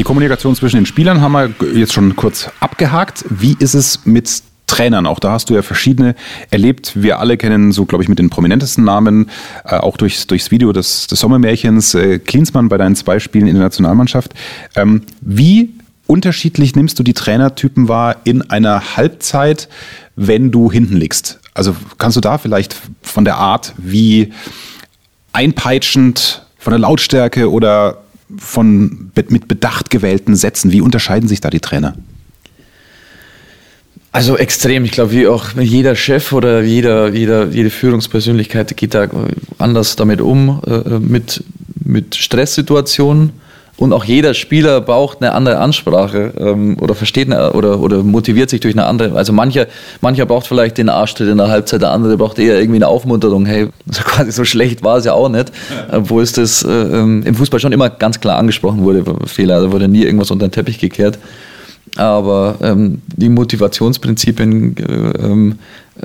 Die Kommunikation zwischen den Spielern haben wir jetzt schon kurz abgehakt. Wie ist es mit Trainern? Auch da hast du ja verschiedene erlebt. Wir alle kennen so, glaube ich, mit den prominentesten Namen, auch durchs Video des Sommermärchens, Klinsmann bei deinen 2 Spielen in der Nationalmannschaft. Wie unterschiedlich nimmst du die Trainertypen wahr in einer Halbzeit, wenn du hinten liegst? Also kannst du da vielleicht von der Art, wie einpeitschend, von der Lautstärke oder mit Bedacht gewählten Sätzen, wie unterscheiden sich da die Trainer? Also extrem. Ich glaube, wie auch jeder Chef oder jede Führungspersönlichkeit geht da anders damit um, mit Stresssituationen. Und auch jeder Spieler braucht eine andere Ansprache oder versteht oder motiviert sich durch eine andere. Also mancher braucht vielleicht den Arschtritt in der Halbzeit, der andere braucht eher irgendwie eine Aufmunterung. Hey, quasi so schlecht war es ja auch nicht. Obwohl es das im Fußball schon immer ganz klar angesprochen wurde, Fehler. Da wurde nie irgendwas unter den Teppich gekehrt. Aber die Motivationsprinzipien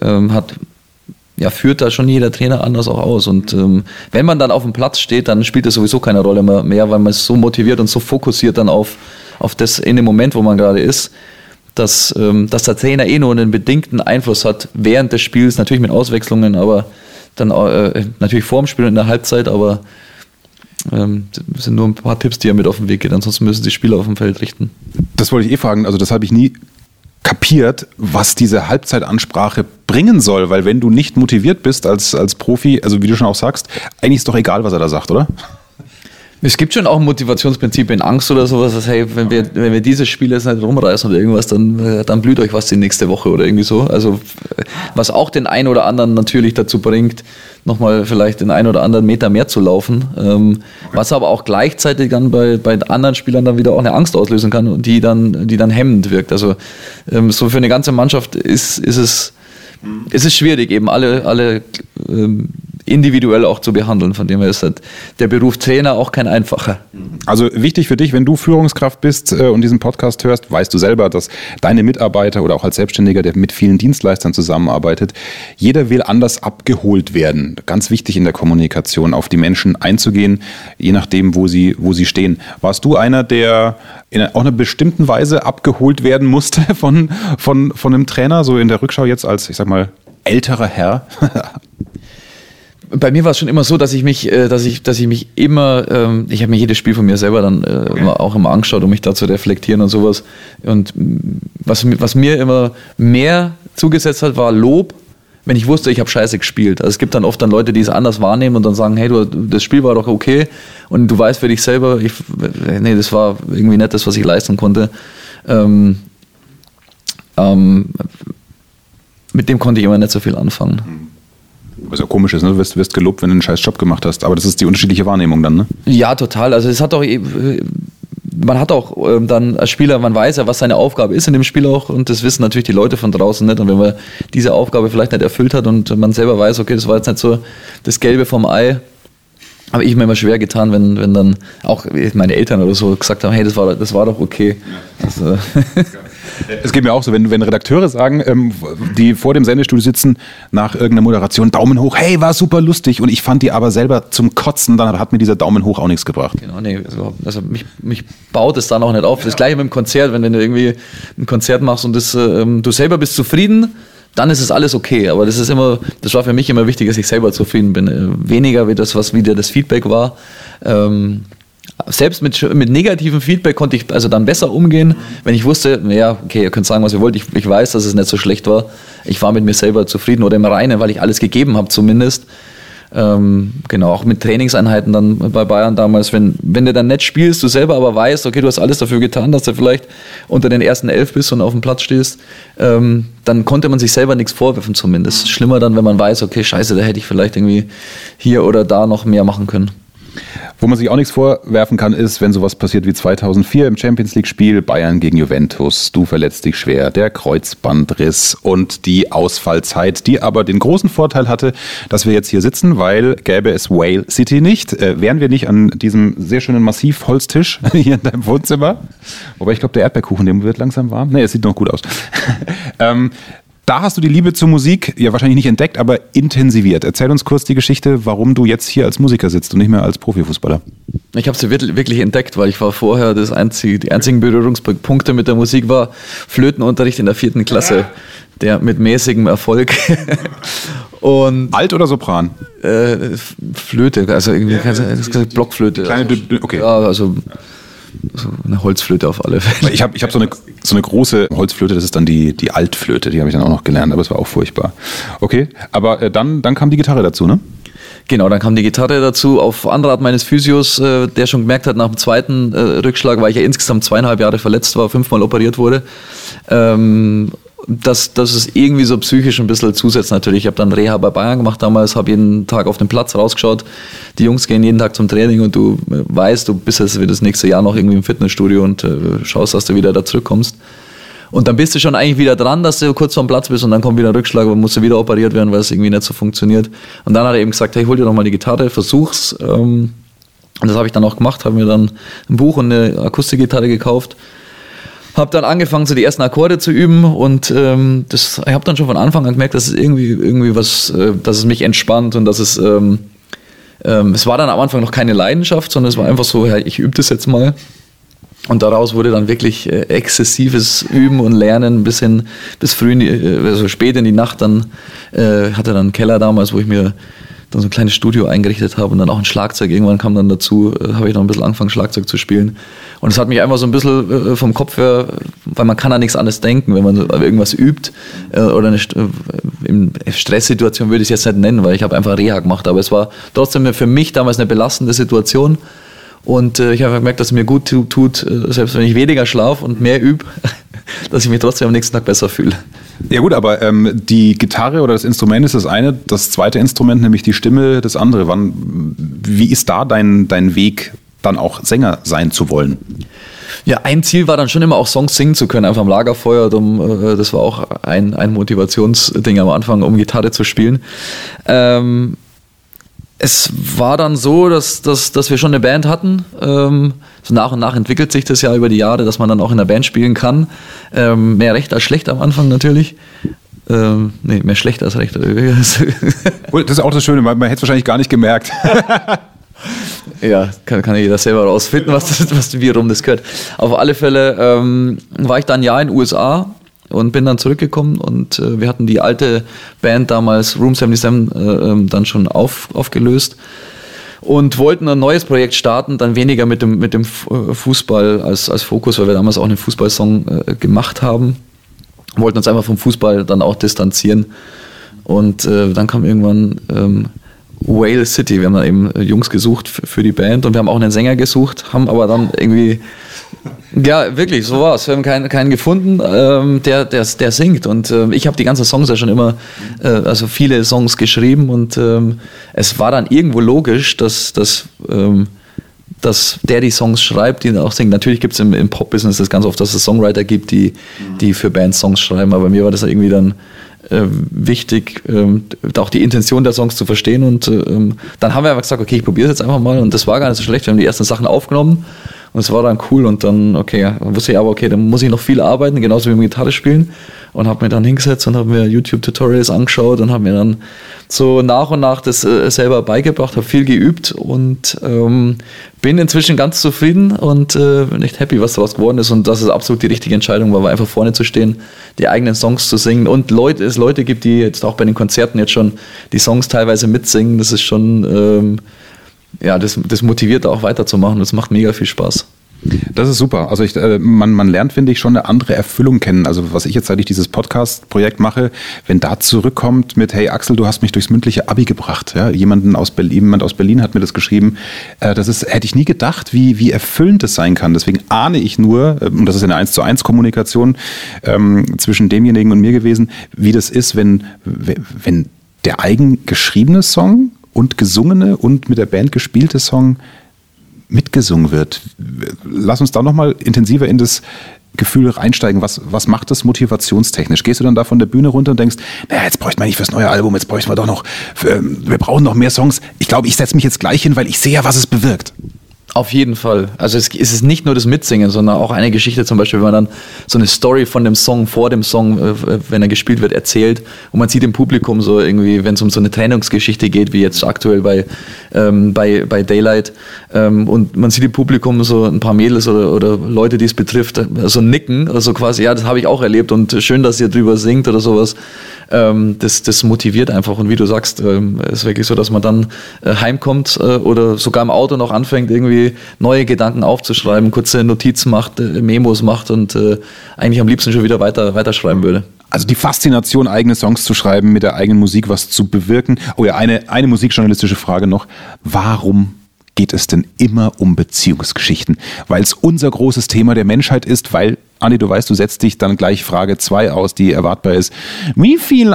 führt da schon jeder Trainer anders auch aus. Und wenn man dann auf dem Platz steht, dann spielt das sowieso keine Rolle mehr, weil man ist so motiviert und so fokussiert dann auf das in dem Moment, wo man gerade ist, dass der Trainer nur einen bedingten Einfluss hat während des Spiels, natürlich mit Auswechslungen, aber dann natürlich vor dem Spiel und in der Halbzeit, aber das sind nur ein paar Tipps, die er mit auf den Weg geht, ansonsten müssen die Spieler auf dem Feld richten. Das wollte ich fragen, also das habe ich nie kapiert, was diese Halbzeitansprache bringen soll, weil wenn du nicht motiviert bist als Profi, also wie du schon auch sagst, eigentlich ist doch egal, was er da sagt, oder? Es gibt schon auch Motivationsprinzipien, Angst oder sowas, dass hey, wenn wir dieses Spiel jetzt nicht rumreißen oder irgendwas, dann blüht euch was die nächste Woche oder irgendwie so. Also was auch den einen oder anderen natürlich dazu bringt, nochmal vielleicht den einen oder anderen Meter mehr zu laufen, was aber auch gleichzeitig dann bei anderen Spielern dann wieder auch eine Angst auslösen kann und die dann hemmend wirkt. Also so für eine ganze Mannschaft ist es schwierig, eben alle individuell auch zu behandeln. Von dem her ist der Beruf Trainer auch kein einfacher. Also wichtig für dich, wenn du Führungskraft bist und diesen Podcast hörst, weißt du selber, dass deine Mitarbeiter oder auch als Selbstständiger, der mit vielen Dienstleistern zusammenarbeitet, jeder will anders abgeholt werden. Ganz wichtig in der Kommunikation, auf die Menschen einzugehen, je nachdem, wo sie stehen. Warst du einer, der in auch einer bestimmten Weise abgeholt werden musste von einem Trainer, so in der Rückschau jetzt als, ich sag mal, älterer Herr? Bei mir war es schon immer so, dass ich mich immer, ich habe mir jedes Spiel von mir selber dann auch immer angeschaut, um mich da zu reflektieren und sowas. Und was mir immer mehr zugesetzt hat, war Lob, wenn ich wusste, ich habe scheiße gespielt. Also es gibt dann oft dann Leute, die es anders wahrnehmen und dann sagen, hey, das Spiel war doch okay. Und du weißt für dich selber, das war irgendwie nicht das, was ich leisten konnte. Mit dem konnte ich immer nicht so viel anfangen. Was ja komisch ist, ne? Du wirst gelobt, wenn du einen scheiß Job gemacht hast. Aber das ist die unterschiedliche Wahrnehmung dann, ne? Ja, total. Also es hat auch, man hat auch dann als Spieler, man weiß ja, was seine Aufgabe ist in dem Spiel auch und das wissen natürlich die Leute von draußen nicht. Und wenn man diese Aufgabe vielleicht nicht erfüllt hat und man selber weiß, okay, das war jetzt nicht so das Gelbe vom Ei, habe ich mir immer schwer getan, wenn dann auch meine Eltern oder so gesagt haben, hey, das war doch okay. Also, es geht mir auch so, wenn Redakteure sagen, die vor dem Sendestudio sitzen, nach irgendeiner Moderation, Daumen hoch, hey, war super lustig und ich fand die aber selber zum Kotzen, dann hat mir dieser Daumen hoch auch nichts gebracht. Genau, nee, also mich baut es dann auch nicht auf. Das Gleiche mit dem Konzert, wenn du irgendwie ein Konzert machst und du selber bist zufrieden, dann ist es alles okay, aber das war für mich immer wichtig, dass ich selber zufrieden bin. Weniger wie das, was wieder das Feedback war. Selbst mit negativem Feedback konnte ich also dann besser umgehen, wenn ich wusste, ja, okay, ihr könnt sagen, was ihr wollt, ich weiß, dass es nicht so schlecht war. Ich war mit mir selber zufrieden oder im Reinen, weil ich alles gegeben habe zumindest. Genau, auch mit Trainingseinheiten dann bei Bayern damals, wenn du dann nicht spielst, du selber aber weißt, okay, du hast alles dafür getan, dass du vielleicht unter den ersten 11 bist und auf dem Platz stehst, dann konnte man sich selber nichts vorwerfen zumindest. Schlimmer dann, wenn man weiß, okay, scheiße, da hätte ich vielleicht irgendwie hier oder da noch mehr machen können. Wo man sich auch nichts vorwerfen kann, ist, wenn sowas passiert wie 2004 im Champions-League-Spiel, Bayern gegen Juventus, du verletzt dich schwer, der Kreuzbandriss und die Ausfallzeit, die aber den großen Vorteil hatte, dass wir jetzt hier sitzen, weil gäbe es Whale City nicht, wären wir nicht an diesem sehr schönen Massivholztisch hier in deinem Wohnzimmer. Wobei ich glaube, der Erdbeerkuchen, dem wird langsam warm. Nee, es sieht noch gut aus. Da hast du die Liebe zur Musik ja wahrscheinlich nicht entdeckt, aber intensiviert. Erzähl uns kurz die Geschichte, warum du jetzt hier als Musiker sitzt und nicht mehr als Profifußballer. Ich habe sie wirklich entdeckt, weil ich war vorher die einzigen Berührungspunkte mit der Musik war Flötenunterricht in der 4. Klasse, der mit mäßigem Erfolg. Und Alt oder Sopran? Flöte, also irgendwie Blockflöte. Kleine, okay. Ja, also so eine Holzflöte auf alle Fälle. Ich hab so eine große Holzflöte, das ist dann die Altflöte, die habe ich dann auch noch gelernt, aber es war auch furchtbar. Okay, aber dann kam die Gitarre dazu, ne? Genau, dann kam die Gitarre dazu auf Anrat meines Physios, der schon gemerkt hat, nach dem zweiten Rückschlag, weil ich ja insgesamt 2,5 Jahre verletzt war, 5-mal operiert wurde, dass es irgendwie so psychisch ein bisschen zusetzt natürlich. Ich habe dann Reha bei Bayern gemacht damals, habe jeden Tag auf den Platz rausgeschaut. Die Jungs gehen jeden Tag zum Training und du weißt, du bist jetzt das nächste Jahr noch irgendwie im Fitnessstudio und schaust, dass du wieder da zurückkommst. Und dann bist du schon eigentlich wieder dran, dass du kurz vorm Platz bist und dann kommt wieder ein Rückschlag und musst du wieder operiert werden, weil es irgendwie nicht so funktioniert. Und dann hat er eben gesagt, hey, hol dir doch mal die Gitarre, versuch's. Und das habe ich dann auch gemacht, habe mir dann ein Buch und eine Akustikgitarre gekauft. Habe dann angefangen, so die ersten Akkorde zu üben und ich habe dann schon von Anfang an gemerkt, dass es irgendwie was, dass es mich entspannt und dass es war dann am Anfang noch keine Leidenschaft, sondern es war einfach so, ja, ich übe das jetzt mal. Und daraus wurde dann wirklich exzessives Üben und Lernen bis also spät in die Nacht. Dann hatte dann einen Keller damals, wo ich mir dann so ein kleines Studio eingerichtet habe und dann auch ein Schlagzeug. Irgendwann kam dann dazu, habe ich noch ein bisschen angefangen, Schlagzeug zu spielen. Und es hat mich einfach so ein bisschen vom Kopf her, weil man kann an nichts anderes denken, wenn man irgendwas übt oder in Stresssituation würde ich es jetzt nicht nennen, weil ich habe einfach Reha gemacht. Aber es war trotzdem für mich damals eine belastende Situation. Und ich habe gemerkt, dass es mir gut tut, selbst wenn ich weniger schlafe und mehr übe, dass ich mich trotzdem am nächsten Tag besser fühle. Ja gut, aber die Gitarre oder das Instrument ist das eine, das zweite Instrument, nämlich die Stimme, das andere. Wie ist da dein Weg, dann auch Sänger sein zu wollen? Ja, ein Ziel war dann schon immer auch Songs singen zu können, einfach am Lagerfeuer. Das war auch ein Motivationsding am Anfang, um Gitarre zu spielen. Es war dann so, dass wir schon eine Band hatten. So nach und nach entwickelt sich das ja über die Jahre, dass man dann auch in der Band spielen kann. Mehr recht als schlecht am Anfang natürlich. Mehr schlecht als recht. Das ist auch das Schöne, man hätte es wahrscheinlich gar nicht gemerkt. Ja, kann jeder selber rausfinden, wie rum das gehört. Auf alle Fälle war ich dann ein Jahr in den USA und bin dann zurückgekommen und wir hatten die alte Band damals, Room 77, dann schon aufgelöst und wollten ein neues Projekt starten, dann weniger mit dem Fußball als Fokus, weil wir damals auch einen Fußballsong gemacht haben. Wollten uns einfach vom Fußball dann auch distanzieren und dann kam irgendwann Whale City. Wir haben dann eben Jungs gesucht für die Band und wir haben auch einen Sänger gesucht, haben aber dann irgendwie, ja wirklich, so war es. Wir haben keinen gefunden, der singt und ich habe die ganzen Songs ja schon immer, also viele Songs geschrieben und es war dann irgendwo logisch, dass der die Songs schreibt, die auch singt. Natürlich gibt es im Pop-Business das ganz oft, dass es Songwriter gibt, die für Bands Songs schreiben, aber bei mir war das irgendwie dann wichtig, auch die Intention der Songs zu verstehen und dann haben wir einfach gesagt, okay, ich probiere es jetzt einfach mal und das war gar nicht so schlecht, wir haben die ersten Sachen aufgenommen und es war dann cool und dann, okay, wusste ich aber, okay, dann muss ich noch viel arbeiten, genauso wie mit Gitarre spielen und habe mir dann hingesetzt und habe mir YouTube-Tutorials angeschaut und habe mir dann so nach und nach das selber beigebracht, habe viel geübt und bin inzwischen ganz zufrieden und bin echt happy, was daraus geworden ist und dass es absolut die richtige Entscheidung war, einfach vorne zu stehen, die eigenen Songs zu singen und es Leute gibt, die jetzt auch bei den Konzerten jetzt schon die Songs teilweise mitsingen, das ist schon, das motiviert auch weiterzumachen, das macht mega viel Spaß. Das ist super. Also man lernt, finde ich, schon eine andere Erfüllung kennen. Also was ich jetzt, seit ich dieses Podcast-Projekt mache, wenn da zurückkommt mit, hey Axel, du hast mich durchs mündliche Abi gebracht. Ja? Jemand aus Berlin hat mir das geschrieben. Hätte ich nie gedacht, wie erfüllend das sein kann. Deswegen ahne ich nur, und das ist eine 1:1 Kommunikation zwischen demjenigen und mir gewesen, wie das ist, wenn der eigen geschriebene Song und gesungene und mit der Band gespielte Song mitgesungen wird. Lass uns da nochmal intensiver in das Gefühl reinsteigen. Was macht das motivationstechnisch? Gehst du dann da von der Bühne runter und denkst, naja, jetzt bräuchte man nicht fürs neue Album, jetzt bräuchten wir doch noch, wir brauchen noch mehr Songs. Ich glaube, ich setze mich jetzt gleich hin, weil ich sehe ja, was es bewirkt. Auf jeden Fall. Also es ist nicht nur das Mitsingen, sondern auch eine Geschichte, zum Beispiel, wenn man dann so eine Story von dem Song, vor dem Song, wenn er gespielt wird, erzählt und man sieht im Publikum so irgendwie, wenn es um so eine Trennungsgeschichte geht, wie jetzt aktuell bei Daylight, und man sieht im Publikum so ein paar Mädels oder Leute, die es betrifft, so nicken, also quasi, ja, das habe ich auch erlebt und schön, dass ihr drüber singt oder sowas. Das motiviert einfach, und wie du sagst, ist wirklich so, dass man dann heimkommt oder sogar im Auto noch anfängt, irgendwie neue Gedanken aufzuschreiben, kurze Notizen macht, Memos macht und eigentlich am liebsten schon wieder weiterschreiben würde. Also die Faszination, eigene Songs zu schreiben, mit der eigenen Musik was zu bewirken. Oh ja, eine musikjournalistische Frage noch. Warum geht es denn immer um Beziehungsgeschichten? Weil es unser großes Thema der Menschheit ist, weil, Andi, du weißt, du setzt dich dann gleich Frage 2 aus, die erwartbar ist. Wie viel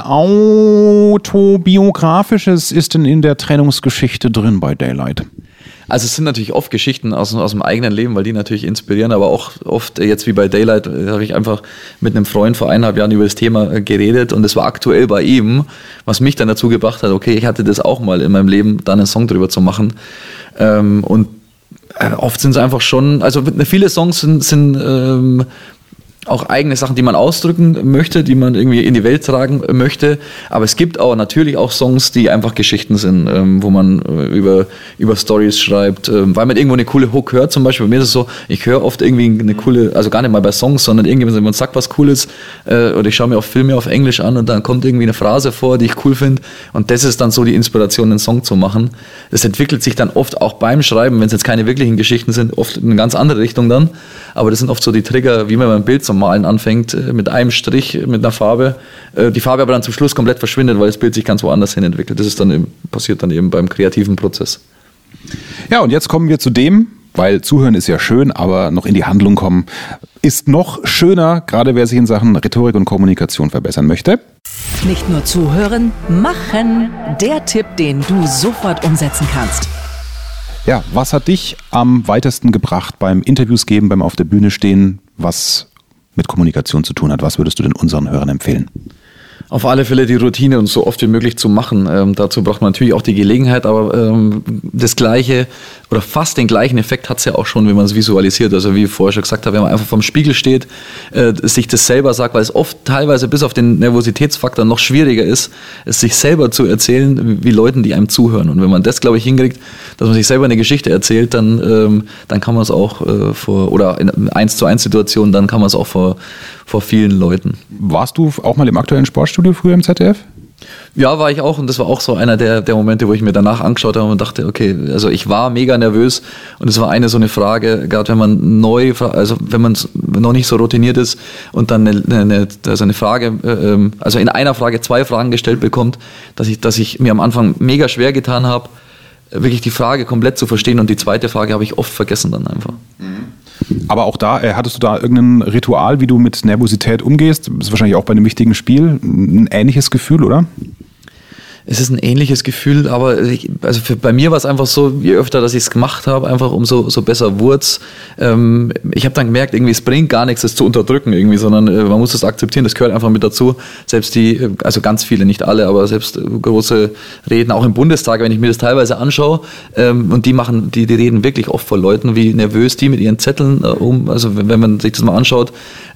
Autobiografisches ist denn in der Trennungsgeschichte drin bei Daylight? Also es sind natürlich oft Geschichten aus dem eigenen Leben, weil die natürlich inspirieren, aber auch oft, jetzt wie bei Daylight, habe ich einfach mit einem Freund vor 1,5 Jahren über das Thema geredet und es war aktuell bei ihm, was mich dann dazu gebracht hat, okay, ich hatte das auch mal in meinem Leben, da einen Song drüber zu machen. Und oft sind es einfach schon, also viele Songs sind auch eigene Sachen, die man ausdrücken möchte, die man irgendwie in die Welt tragen möchte. Aber es gibt auch natürlich auch Songs, die einfach Geschichten sind, wo man über Stories schreibt, weil man irgendwo eine coole Hook hört. Zum Beispiel bei mir ist es so, ich höre oft irgendwie eine coole, also gar nicht mal bei Songs, sondern irgendjemand sagt was Cooles, oder ich schaue mir auch Filme auf Englisch an und dann kommt irgendwie eine Phrase vor, die ich cool finde. Und das ist dann so die Inspiration, einen Song zu machen. Das entwickelt sich dann oft auch beim Schreiben, wenn es jetzt keine wirklichen Geschichten sind, oft in eine ganz andere Richtung dann. Aber das sind oft so die Trigger, wie man beim Bild zum Malen anfängt, mit einem Strich, mit einer Farbe, die Farbe aber dann zum Schluss komplett verschwindet, weil das Bild sich ganz woanders hin entwickelt. Das ist dann passiert dann eben beim kreativen Prozess. Ja, und jetzt kommen wir zu dem, weil Zuhören ist ja schön, aber noch in die Handlung kommen ist noch schöner, gerade wer sich in Sachen Rhetorik und Kommunikation verbessern möchte. Nicht nur zuhören, machen. Der Tipp, den du sofort umsetzen kannst. Ja, was hat dich am weitesten gebracht beim Interviews geben, beim auf der Bühne stehen, was mit Kommunikation zu tun hat? Was würdest du denn unseren Hörern empfehlen? Auf alle Fälle die Routine und so oft wie möglich zu machen. Dazu braucht man natürlich auch die Gelegenheit, aber das gleiche oder fast den gleichen Effekt hat es ja auch schon, wenn man es visualisiert. Also wie ich vorher schon gesagt habe, wenn man einfach vorm Spiegel steht, sich das selber sagt, weil es oft teilweise bis auf den Nervositätsfaktor noch schwieriger ist, es sich selber zu erzählen, wie Leuten, die einem zuhören. Und wenn man das, glaube ich, hinkriegt, dass man sich selber eine Geschichte erzählt, dann kann man es auch oder in 1:1 Situationen, dann kann man es auch vor vielen Leuten. Warst du auch mal im aktuellen Sportstudio früher im ZDF? Ja, war ich auch, und das war auch so einer der Momente, wo ich mir danach angeschaut habe und dachte, okay, also ich war mega nervös und es war so eine Frage, gerade wenn man wenn man noch nicht so routiniert ist und dann eine Frage, also in einer Frage 2 Fragen gestellt bekommt, dass ich mir am Anfang mega schwer getan habe, wirklich die Frage komplett zu verstehen, und die zweite Frage habe ich oft vergessen dann einfach. Aber auch da, hattest du da irgendein Ritual, wie du mit Nervosität umgehst? Das ist wahrscheinlich auch bei einem wichtigen Spiel ein ähnliches Gefühl, oder? Es ist ein ähnliches Gefühl, aber bei mir war es einfach so, je öfter, dass ich es gemacht habe, einfach umso besser wurde es. Ich habe dann gemerkt, irgendwie es bringt gar nichts, es zu unterdrücken irgendwie, sondern man muss es akzeptieren, das gehört einfach mit dazu. Selbst also ganz viele, nicht alle, aber selbst große Reden, auch im Bundestag, wenn ich mir das teilweise anschaue, und die reden wirklich oft vor Leuten, wie nervös die mit ihren Zetteln also wenn man sich das mal anschaut,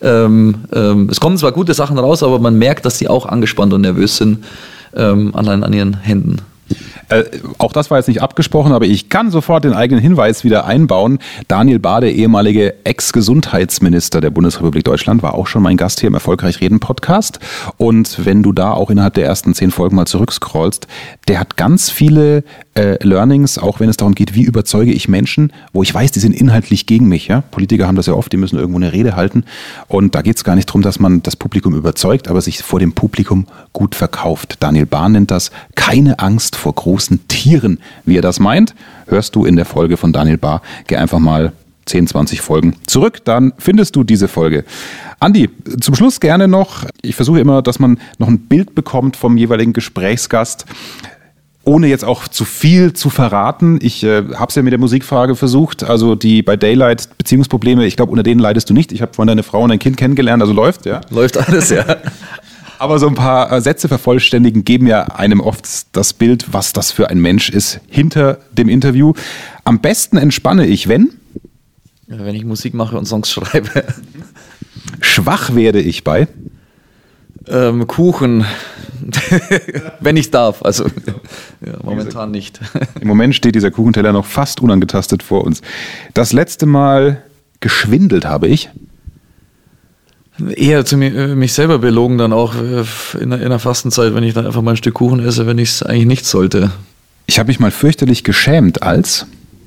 es kommen zwar gute Sachen raus, aber man merkt, dass sie auch angespannt und nervös sind. Allein an ihren Händen. Auch das war jetzt nicht abgesprochen, aber ich kann sofort den eigenen Hinweis wieder einbauen. Daniel Bahr, der ehemalige Ex-Gesundheitsminister der Bundesrepublik Deutschland, war auch schon mein Gast hier im Erfolgreich Reden Podcast. Und wenn du da auch innerhalb der ersten 10 Folgen mal zurückscrollst, der hat ganz viele Learnings, auch wenn es darum geht, wie überzeuge ich Menschen, wo ich weiß, die sind inhaltlich gegen mich. Ja? Politiker haben das ja oft, die müssen irgendwo eine Rede halten. Und da geht es gar nicht darum, dass man das Publikum überzeugt, aber sich vor dem Publikum gut verkauft. Daniel Bahr nennt das keine Angst vor großen Tieren. Wie er das meint, hörst du in der Folge von Daniel Bahr. Geh einfach mal 10, 20 Folgen zurück, dann findest du diese Folge. Andi, zum Schluss gerne noch, ich versuche immer, dass man noch ein Bild bekommt vom jeweiligen Gesprächsgast, ohne jetzt auch zu viel zu verraten. Ich habe es ja mit der Musikfrage versucht, also die bei Daylight Beziehungsprobleme, ich glaube, unter denen leidest du nicht. Ich habe vorhin deine Frau und dein Kind kennengelernt, also läuft, ja? Läuft alles, ja. Aber so ein paar Sätze vervollständigen geben ja einem oft das Bild, was das für ein Mensch ist hinter dem Interview. Am besten entspanne ich, wenn? Ja, wenn ich Musik mache und Songs schreibe. Schwach werde ich bei? Kuchen. Wenn ich darf. Also ja, momentan nicht. Im Moment steht dieser Kuchenteller noch fast unangetastet vor uns. Das letzte Mal geschwindelt habe ich? Eher zu mich selber belogen dann auch in der Fastenzeit, wenn ich dann einfach mal ein Stück Kuchen esse, wenn ich es eigentlich nicht sollte. Ich habe mich mal fürchterlich geschämt als?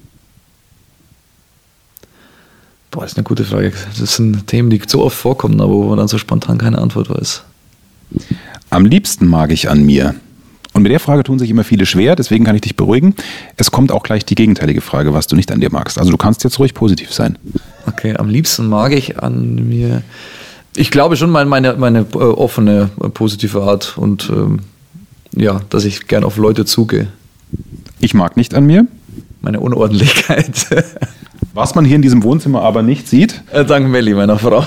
Boah, das ist eine gute Frage. Das sind Themen, die so oft vorkommen, aber wo man dann so spontan keine Antwort weiß. Am liebsten mag ich an mir. Und mit der Frage tun sich immer viele schwer, deswegen kann ich dich beruhigen. Es kommt auch gleich die gegenteilige Frage, was du nicht an dir magst. Also du kannst jetzt ruhig positiv sein. Okay, am liebsten mag ich an mir... Ich glaube schon meine offene, positive Art und dass ich gern auf Leute zugehe. Ich mag nicht an mir. Meine Unordentlichkeit. Was man hier in diesem Wohnzimmer aber nicht sieht. Dank Melli, meiner Frau.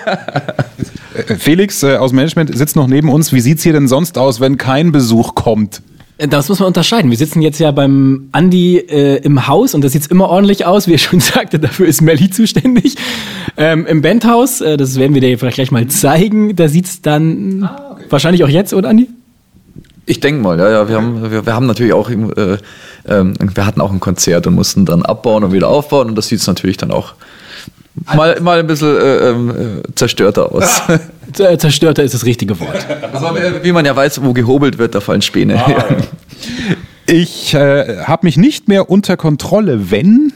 Felix aus Management sitzt noch neben uns. Wie sieht es hier denn sonst aus, wenn kein Besuch kommt? Das muss man unterscheiden. Wir sitzen jetzt ja beim Andi im Haus und das sieht immer ordentlich aus. Wie er schon sagte, dafür ist Melli zuständig. Im Bandhaus, das werden wir dir vielleicht gleich mal zeigen, da sieht es dann wahrscheinlich auch jetzt, oder Andi? Ich denke mal, ja. Wir haben natürlich auch, wir hatten auch ein Konzert und mussten dann abbauen und wieder aufbauen und das sieht es natürlich dann auch mal ein bisschen zerstörter aus. Zerstörter ist das richtige Wort. Aber wie man ja weiß, wo gehobelt wird, da fallen Späne. Ich habe mich nicht mehr unter Kontrolle, wenn...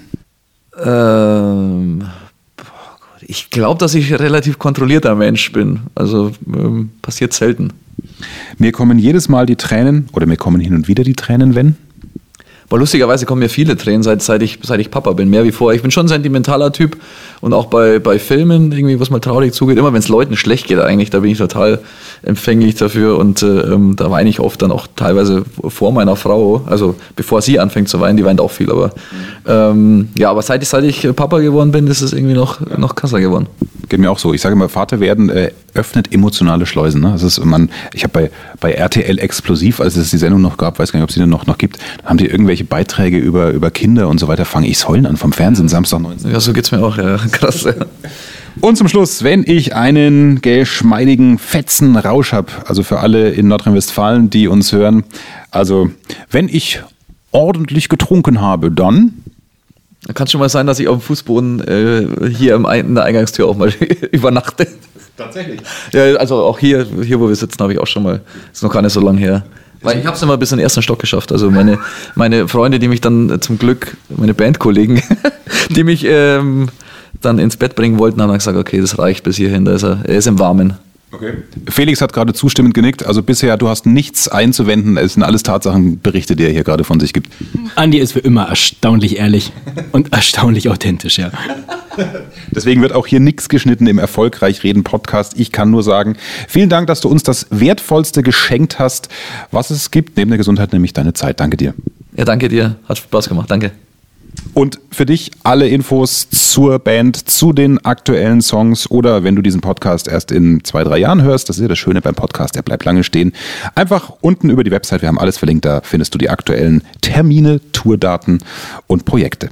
Ich glaube, dass ich relativ kontrollierter Mensch bin. Also passiert selten. Mir kommen jedes Mal die Tränen, oder mir kommen hin und wieder die Tränen, wenn... Aber lustigerweise kommen mir viele Tränen, seit ich Papa bin, mehr wie vorher. Ich bin schon ein sentimentaler Typ und auch bei Filmen, irgendwie, was mal traurig zugeht, immer wenn es Leuten schlecht geht eigentlich, da bin ich total empfänglich dafür und da weine ich oft dann auch teilweise vor meiner Frau, also bevor sie anfängt zu weinen, die weint auch viel, aber aber seit ich Papa geworden bin, ist es irgendwie noch krasser geworden. Geht mir auch so. Ich sage immer, Vater werden öffnet emotionale Schleusen. Ne? Ich habe bei RTL Explosiv, als es die Sendung noch gab, weiß gar nicht, ob es die noch gibt, haben die irgendwelche Beiträge über Kinder und so weiter, fange ich heulen an vom Fernsehen, Samstag 19. Ja, so geht's mir auch, ja, krass. Ja. Und zum Schluss, wenn ich einen geschmeidigen fetzen Rausch habe, also für alle in Nordrhein-Westfalen, die uns hören, also wenn ich ordentlich getrunken habe, dann... Kann schon mal sein, dass ich auf dem Fußboden hier in der Eingangstür auch mal übernachte. Tatsächlich? Ja, also auch hier wo wir sitzen, habe ich auch schon mal, ist noch gar nicht so lange her. Weil ich habe es immer bis in den ersten Stock geschafft. Also meine Freunde, die mich dann zum Glück, meine Bandkollegen, die mich dann ins Bett bringen wollten, haben dann gesagt, okay, das reicht bis hierhin, er ist im Warmen. Okay. Felix hat gerade zustimmend genickt. Also bisher, du hast nichts einzuwenden. Es sind alles Tatsachenberichte, die er hier gerade von sich gibt. Andi ist wie immer erstaunlich ehrlich und erstaunlich authentisch, ja. Deswegen wird auch hier nichts geschnitten im Erfolgreich Reden Podcast. Ich kann nur sagen, vielen Dank, dass du uns das Wertvollste geschenkt hast, was es gibt, neben der Gesundheit, nämlich deine Zeit. Danke dir. Ja, danke dir. Hat Spaß gemacht. Danke. Und für dich alle Infos zur Band, zu den aktuellen Songs oder wenn du diesen Podcast erst in 2-3 Jahren hörst, das ist ja das Schöne beim Podcast, der bleibt lange stehen, einfach unten über die Website, wir haben alles verlinkt, da findest du die aktuellen Termine, Tourdaten und Projekte.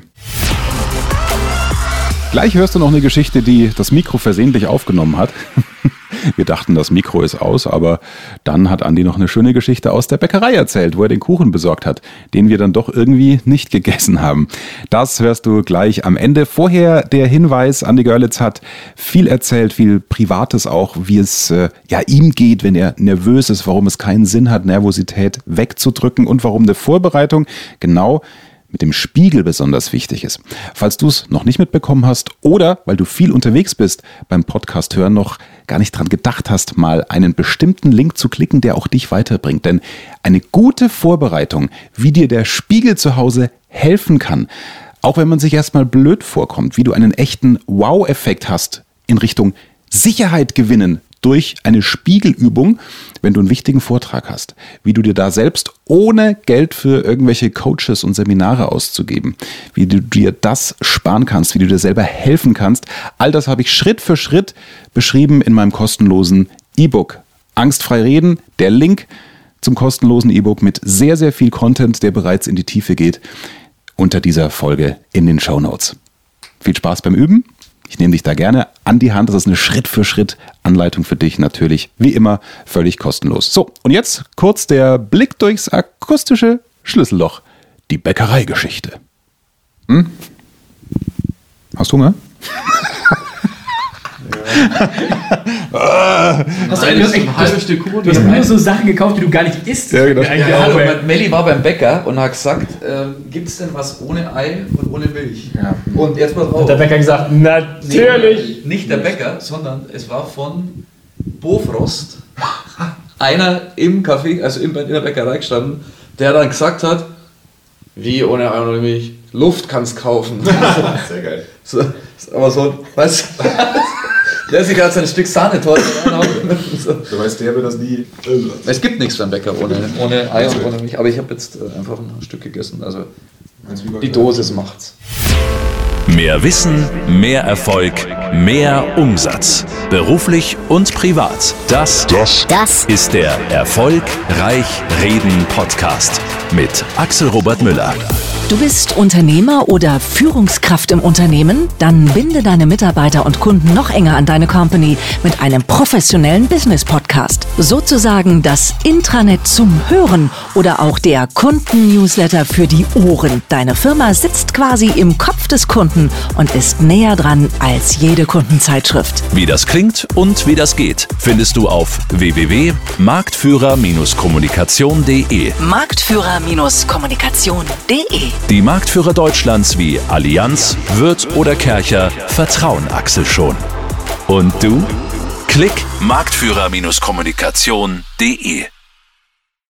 Gleich hörst du noch eine Geschichte, die das Mikro versehentlich aufgenommen hat. Wir dachten, das Mikro ist aus, aber dann hat Andi noch eine schöne Geschichte aus der Bäckerei erzählt, wo er den Kuchen besorgt hat, den wir dann doch irgendwie nicht gegessen haben. Das hörst du gleich am Ende. Vorher der Hinweis, Andi Görlitz hat viel erzählt, viel Privates auch, wie es ihm geht, wenn er nervös ist, warum es keinen Sinn hat, Nervosität wegzudrücken und warum eine Vorbereitung genau mit dem Spiegel besonders wichtig ist. Falls du es noch nicht mitbekommen hast oder, weil du viel unterwegs bist, beim Podcast hören noch gar nicht dran gedacht hast, mal einen bestimmten Link zu klicken, der auch dich weiterbringt. Denn eine gute Vorbereitung, wie dir der Spiegel zu Hause helfen kann, auch wenn man sich erstmal blöd vorkommt, wie du einen echten Wow-Effekt hast in Richtung Sicherheit gewinnen durch eine Spiegelübung, wenn du einen wichtigen Vortrag hast, wie du dir da selbst ohne Geld für irgendwelche Coaches und Seminare auszugeben, wie du dir das sparen kannst, wie du dir selber helfen kannst. All das habe ich Schritt für Schritt beschrieben in meinem kostenlosen E-Book. Angstfrei reden, der Link zum kostenlosen E-Book mit sehr, sehr viel Content, der bereits in die Tiefe geht. unter dieser Folge in den Shownotes. Viel Spaß beim Üben. Ich nehme dich da gerne an die Hand. Das ist eine Schritt-für-Schritt-Anleitung für dich. Natürlich, wie immer, völlig kostenlos. So, und jetzt kurz der Blick durchs akustische Schlüsselloch. Die Bäckereigeschichte. Hast du Hunger? Hast du ein halbes Stück Kuchen? Du hast nur so Sachen gekauft, die du gar nicht isst. Ja, genau. Melli war beim Bäcker und hat gesagt, gibt es denn was ohne Ei und ohne Milch? Ja. Und jetzt mal drauf. Hat der Bäcker gesagt, natürlich. Nicht der Bäcker, sondern es war von Bofrost einer im Café, also in der Bäckerei gestanden, der dann gesagt hat, wie ohne Ei und ohne Milch? Luft kannst kaufen. Sehr geil. So, aber so, weißt du, der sich gerade sein Stück Sahnetorte reinhauen. So. Du weißt, der wird das nie. Es gibt nichts für einen Bäcker ohne Ei und ohne Milch, aber ich habe jetzt einfach ein Stück gegessen, also die Dosis macht's. Mehr Wissen, mehr Erfolg, mehr Umsatz. Beruflich und privat. Das ist der Erfolgreich Reden Podcast mit Axel Robert Müller. Du bist Unternehmer oder Führungskraft im Unternehmen? Dann binde deine Mitarbeiter und Kunden noch enger an deine Company mit einem professionellen Business-Podcast. Sozusagen das Intranet zum Hören oder auch der Kunden-Newsletter für die Ohren. Deine Firma sitzt quasi im Kopf des Kunden und ist näher dran als jede Kundenzeitschrift. Wie das klingt und wie das geht, findest du auf www.marktführer-kommunikation.de. Marktführer-kommunikation.de. Die Marktführer Deutschlands wie Allianz, Wirth oder Kärcher vertrauen Axel schon. Und du? Klick marktführer-kommunikation.de.